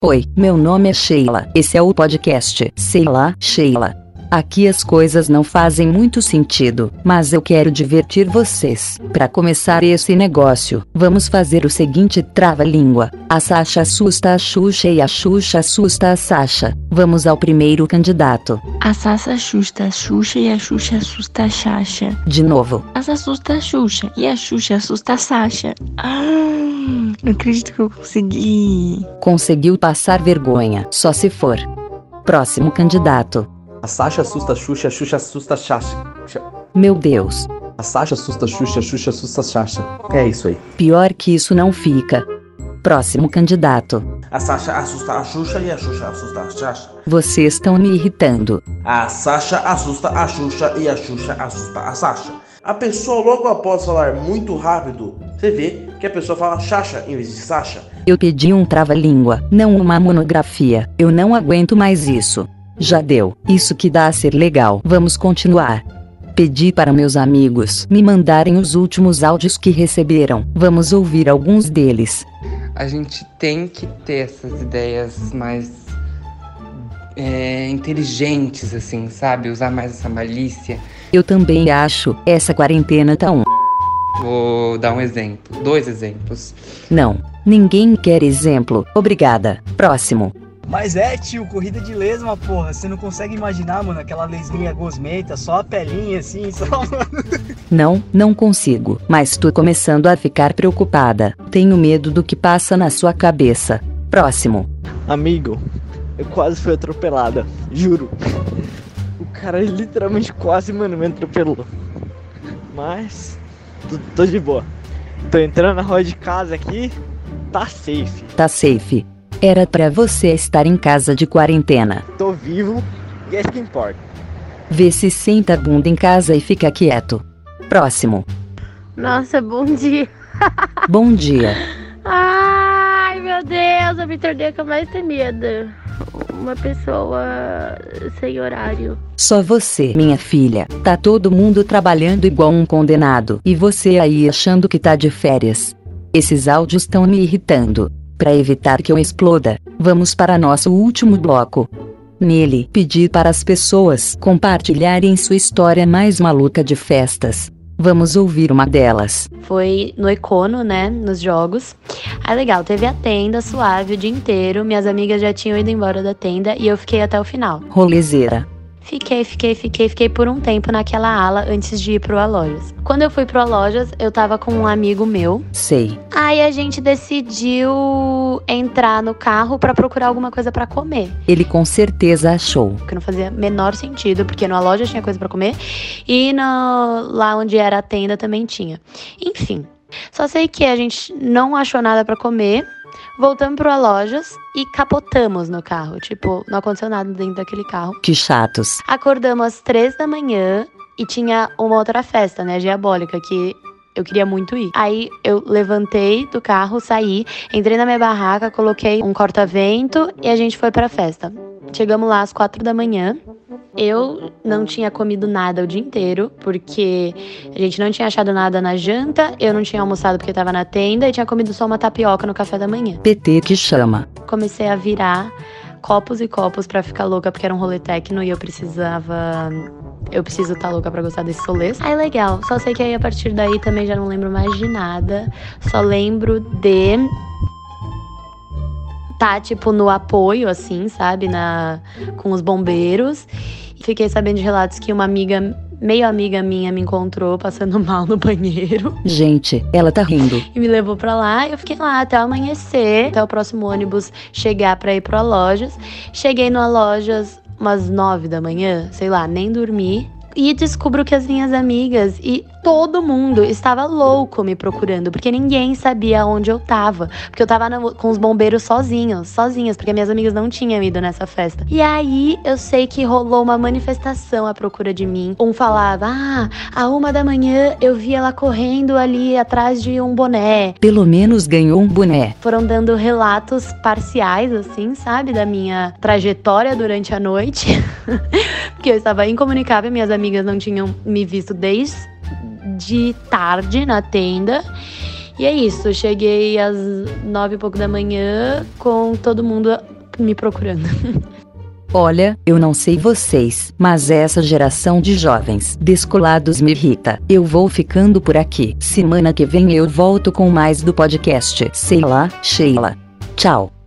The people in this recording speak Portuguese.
Oi, meu nome é Sheila. Esse é o podcast Sei lá, Sheila. Aqui as coisas não fazem muito sentido, mas eu quero divertir vocês. Para começar esse negócio, vamos fazer o seguinte trava-língua. A Sasha assusta a Xuxa e a Xuxa assusta a Sasha. Vamos ao primeiro candidato. A Sasha assusta a Xuxa e a Xuxa assusta a Sasha. De novo. A Sasha assusta a Xuxa e a Xuxa assusta a Sasha. Não acredito que eu consegui. Conseguiu passar vergonha, só se for. Próximo candidato. A Sasha assusta a Xuxa assusta a Sasha. Meu Deus. A Sasha assusta a Xuxa assusta a Sasha. É isso aí. Pior que isso não fica. Próximo candidato. A Sasha assusta a Xuxa e a Xuxa assusta a Sasha. Vocês estão me irritando. A Sasha assusta a Xuxa e a Xuxa assusta a Sasha. A pessoa logo após falar muito rápido, você vê que a pessoa fala Sasha em vez de Sasha. Eu pedi um trava-língua, não uma monografia. Eu não aguento mais isso. Já deu. Isso que dá a ser legal. Vamos continuar. Pedi para meus amigos me mandarem os últimos áudios que receberam. Vamos ouvir alguns deles. A gente tem que ter essas ideias mais inteligentes, assim, sabe? Usar mais essa malícia. Eu também acho. Essa quarentena tá Vou dar um exemplo. 2 exemplos. Não. Ninguém quer exemplo. Obrigada. Próximo. Mas tio, corrida de lesma, porra. Você não consegue imaginar, mano, aquela lesminha gosmenta, só a pelinha assim, só, mano. Não consigo. Mas tô começando a ficar preocupada. Tenho medo do que passa na sua cabeça. Próximo. Amigo, eu quase fui atropelada, juro. O cara literalmente quase, mano, me atropelou. Mas, tô de boa. Tô entrando na rua de casa aqui, tá safe. Tá safe. Era pra você estar em casa de quarentena. Tô vivo e é isso que importa. Vê se senta a bunda em casa e fica quieto. Próximo. Nossa, bom dia. Bom dia. Ai, meu Deus, a Vitor D que eu mais tenho medo. Uma pessoa sem horário. Só você, minha filha. Tá todo mundo trabalhando igual um condenado. E você aí achando que tá de férias. Esses áudios estão me irritando. Para evitar que eu exploda, vamos para nosso último bloco. Nele, pedi para as pessoas compartilharem sua história mais maluca de festas. Vamos ouvir uma delas. Foi no Econo, né, nos jogos. Aí legal, teve a tenda suave o dia inteiro, minhas amigas já tinham ido embora da tenda e eu fiquei até o final. Rolezeira. Fiquei por um tempo naquela ala antes de ir pro Alojas. Quando eu fui pro Alojas, eu tava com um amigo meu. Sei. Aí a gente decidiu entrar no carro pra procurar alguma coisa pra comer. Ele com certeza achou. Que não fazia menor sentido, porque no Alojas tinha coisa pra comer e lá onde era a tenda também tinha. Enfim, só sei que a gente não achou nada pra comer. Voltamos pro Alojas e capotamos no carro. Tipo, não aconteceu nada dentro daquele carro. Que chatos. Acordamos às 3 da manhã e tinha uma outra festa, né, diabólica, que eu queria muito ir. Aí eu levantei do carro, saí, entrei na minha barraca, coloquei um corta-vento e a gente foi pra festa. Chegamos lá às 4 da manhã. Eu não tinha comido nada o dia inteiro, porque a gente não tinha achado nada na janta, eu não tinha almoçado porque tava na tenda e tinha comido só uma tapioca no café da manhã. PT que chama. Comecei a virar copos e copos pra ficar louca, porque era um rolê techno e eu preciso estar louca pra gostar desses rolês. Aí legal, só sei que aí a partir daí também já não lembro mais de nada, só lembro de tá, tipo, no apoio, assim, sabe, com os bombeiros. Fiquei sabendo de relatos que uma meio amiga minha me encontrou passando mal no banheiro. Gente, ela tá rindo. E me levou pra lá, eu fiquei lá até amanhecer, até o próximo ônibus chegar pra ir pro Alojas. Cheguei no Alojas umas 9 da manhã, sei lá, nem dormi. E descubro que as minhas amigas e todo mundo estava louco me procurando, porque ninguém sabia onde eu tava. Porque eu tava com os bombeiros sozinhas, porque minhas amigas não tinham ido nessa festa. E aí eu sei que rolou uma manifestação à procura de mim. Um falava, à 1 da manhã eu vi ela correndo ali atrás de um boné. Pelo menos ganhou um boné. Foram dando relatos parciais, assim, sabe, da minha trajetória durante a noite. Porque eu estava incomunicável, minhas amigas não tinham me visto desde tarde na tenda. E é isso, cheguei às 9 e pouco da manhã com todo mundo me procurando. Olha, eu não sei vocês, mas essa geração de jovens descolados me irrita. Eu vou ficando por aqui. Semana que vem eu volto com mais do podcast. Sei lá, Sheila. Tchau.